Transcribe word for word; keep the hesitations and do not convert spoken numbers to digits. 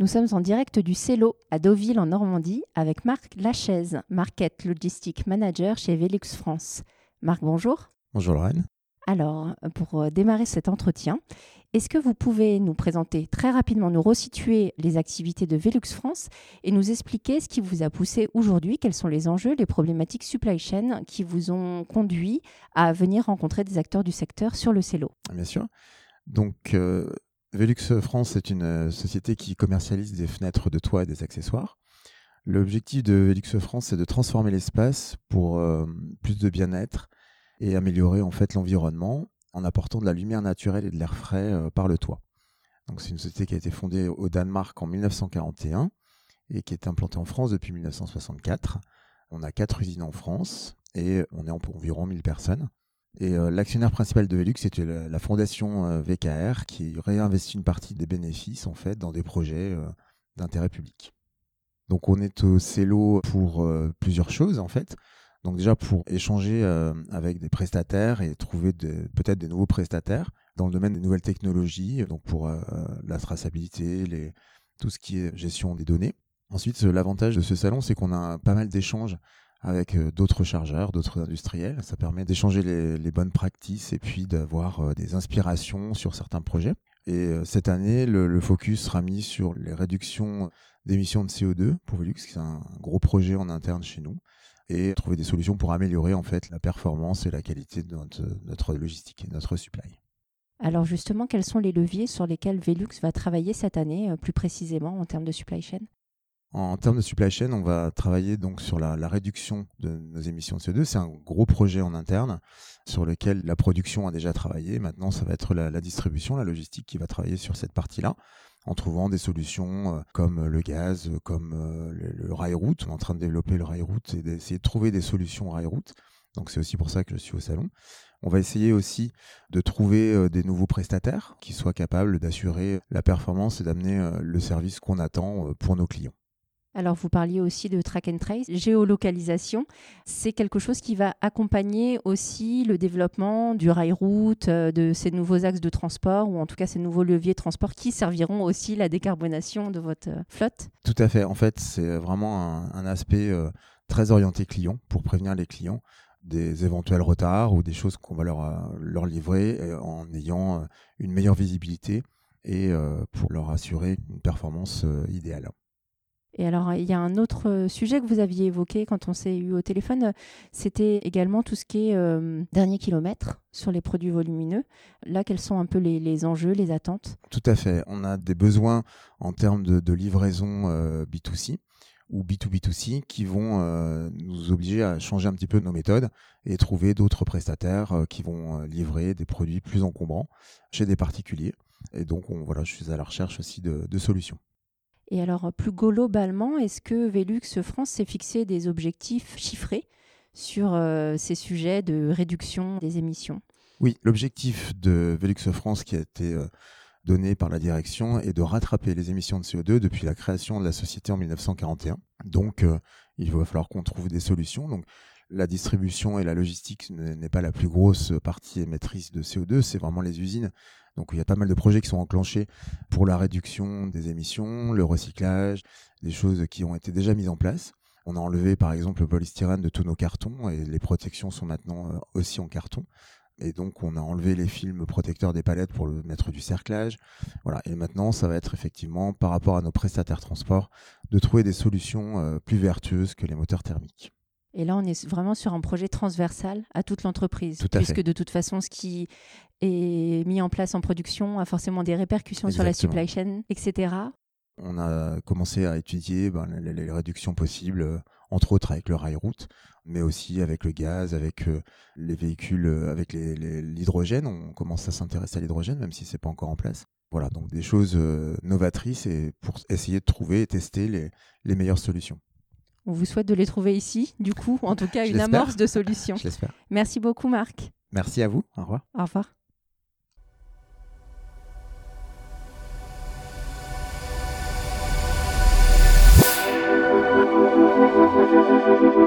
Nous sommes en direct du Cello à Deauville en Normandie avec Marc Lachaise, Market Logistic Manager chez Velux France. Marc, bonjour. Bonjour Lorraine. Alors, pour démarrer cet entretien, est-ce que vous pouvez nous présenter très rapidement, nous resituer les activités de Velux France et nous expliquer ce qui vous a poussé aujourd'hui, quels sont les enjeux, les problématiques supply chain qui vous ont conduit à venir rencontrer des acteurs du secteur sur le Cello? Bien sûr. Donc, euh, Velux France est une société qui commercialise des fenêtres de toit et des accessoires. L'objectif de Velux France, c'est de transformer l'espace pour euh, plus de bien-être et améliorer en fait l'environnement en apportant de la lumière naturelle et de l'air frais euh, par le toit. Donc, c'est une société qui a été fondée au Danemark en dix-neuf cent quarante et un et qui est implantée en France depuis dix-neuf cent soixante-quatre. On a quatre usines en France et on est en, environ mille personnes. Et euh, l'actionnaire principal de Velux, c'était la, la fondation euh, V K R qui réinvestit une partie des bénéfices en fait dans des projets euh, d'intérêt public. Donc, on est au Cello pour euh, plusieurs choses en fait. Donc déjà pour échanger euh, avec des prestataires et trouver de, peut-être des nouveaux prestataires dans le domaine des nouvelles technologies, donc pour euh, la traçabilité, les, tout ce qui est gestion des données. Ensuite, l'avantage de ce salon, c'est qu'on a pas mal d'échanges avec euh, d'autres chargeurs, d'autres industriels. Ça permet d'échanger les, les bonnes practices et puis d'avoir euh, des inspirations sur certains projets. Et euh, cette année, le, le focus sera mis sur les réductions d'émissions de C O deux pour Velux, qui est un gros projet en interne chez nous, et trouver des solutions pour améliorer en fait la performance et la qualité de notre, notre logistique et notre supply. Alors justement, quels sont les leviers sur lesquels Velux va travailler cette année, euh, plus précisément en termes de supply chain? En termes de supply chain, on va travailler donc sur la, la réduction de nos émissions de C O deux. C'est un gros projet en interne sur lequel la production a déjà travaillé. Maintenant, ça va être la, la distribution, la logistique qui va travailler sur cette partie-là, en trouvant des solutions euh, comme le gaz, comme euh, le, le rail-route. On est en train de développer le rail-route et d'essayer de trouver des solutions rail-route. Donc, c'est aussi pour ça que je suis au salon. On va essayer aussi de trouver euh, des nouveaux prestataires qui soient capables d'assurer la performance et d'amener euh, le service qu'on attend euh, pour nos clients. Alors, vous parliez aussi de track and trace, géolocalisation. C'est quelque chose qui va accompagner aussi le développement du rail-route, de ces nouveaux axes de transport, ou en tout cas ces nouveaux leviers de transport qui serviront aussi la décarbonation de votre flotte? Tout à fait. En fait, c'est vraiment un, un aspect euh, très orienté client pour prévenir les clients des éventuels retards ou des choses qu'on va leur, euh, leur livrer en ayant euh, une meilleure visibilité et euh, pour leur assurer une performance euh, idéale. Et alors, il y a un autre sujet que vous aviez évoqué quand on s'est eu au téléphone, c'était également tout ce qui est euh, dernier kilomètre sur les produits volumineux. Là, quels sont un peu les, les enjeux, les attentes? Tout à fait. On a des besoins en termes de, de livraison euh, B deux C ou B deux B deux C qui vont euh, nous obliger à changer un petit peu nos méthodes et trouver d'autres prestataires euh, qui vont euh, livrer des produits plus encombrants chez des particuliers. Et donc, on, voilà, je suis à la recherche aussi de, de solutions. Et alors, plus globalement, est-ce que Velux France s'est fixé des objectifs chiffrés sur euh, ces sujets de réduction des émissions? Oui, l'objectif de Velux France qui a été euh, donné par la direction est de rattraper les émissions de C O deux depuis la création de la société en dix-neuf cent quarante et un. Donc, euh, il va falloir qu'on trouve des solutions. Donc, la distribution et la logistique n'est pas la plus grosse partie émettrice de C O deux, c'est vraiment les usines. Donc, il y a pas mal de projets qui sont enclenchés pour la réduction des émissions, le recyclage, des choses qui ont été déjà mises en place. On a enlevé, par exemple, le polystyrène de tous nos cartons et les protections sont maintenant aussi en carton. Et donc, on a enlevé les films protecteurs des palettes pour le mettre du cerclage. Voilà. Et maintenant, ça va être effectivement, par rapport à nos prestataires transport, de trouver des solutions euh, plus vertueuses que les moteurs thermiques. Et là, on est vraiment sur un projet transversal à toute l'entreprise, Tout à puisque fait. de toute façon, ce qui est mis en place en production a forcément des répercussions Exactement. sur la supply chain, et cetera. On a commencé à étudier ben, les, les réductions possibles, euh, entre autres avec le rail-route, mais aussi avec le gaz, avec euh, les véhicules, euh, avec les, les, l'hydrogène. On commence à s'intéresser à l'hydrogène, même si ce n'est pas encore en place. Voilà, donc des choses euh, novatrices et pour essayer de trouver et tester les, les meilleures solutions. On vous souhaite de les trouver ici, du coup, en tout cas, Je une l'espère. amorce de solutions. Je l'espère. Merci beaucoup, Marc. Merci à vous. Au revoir. Au revoir. Thank you.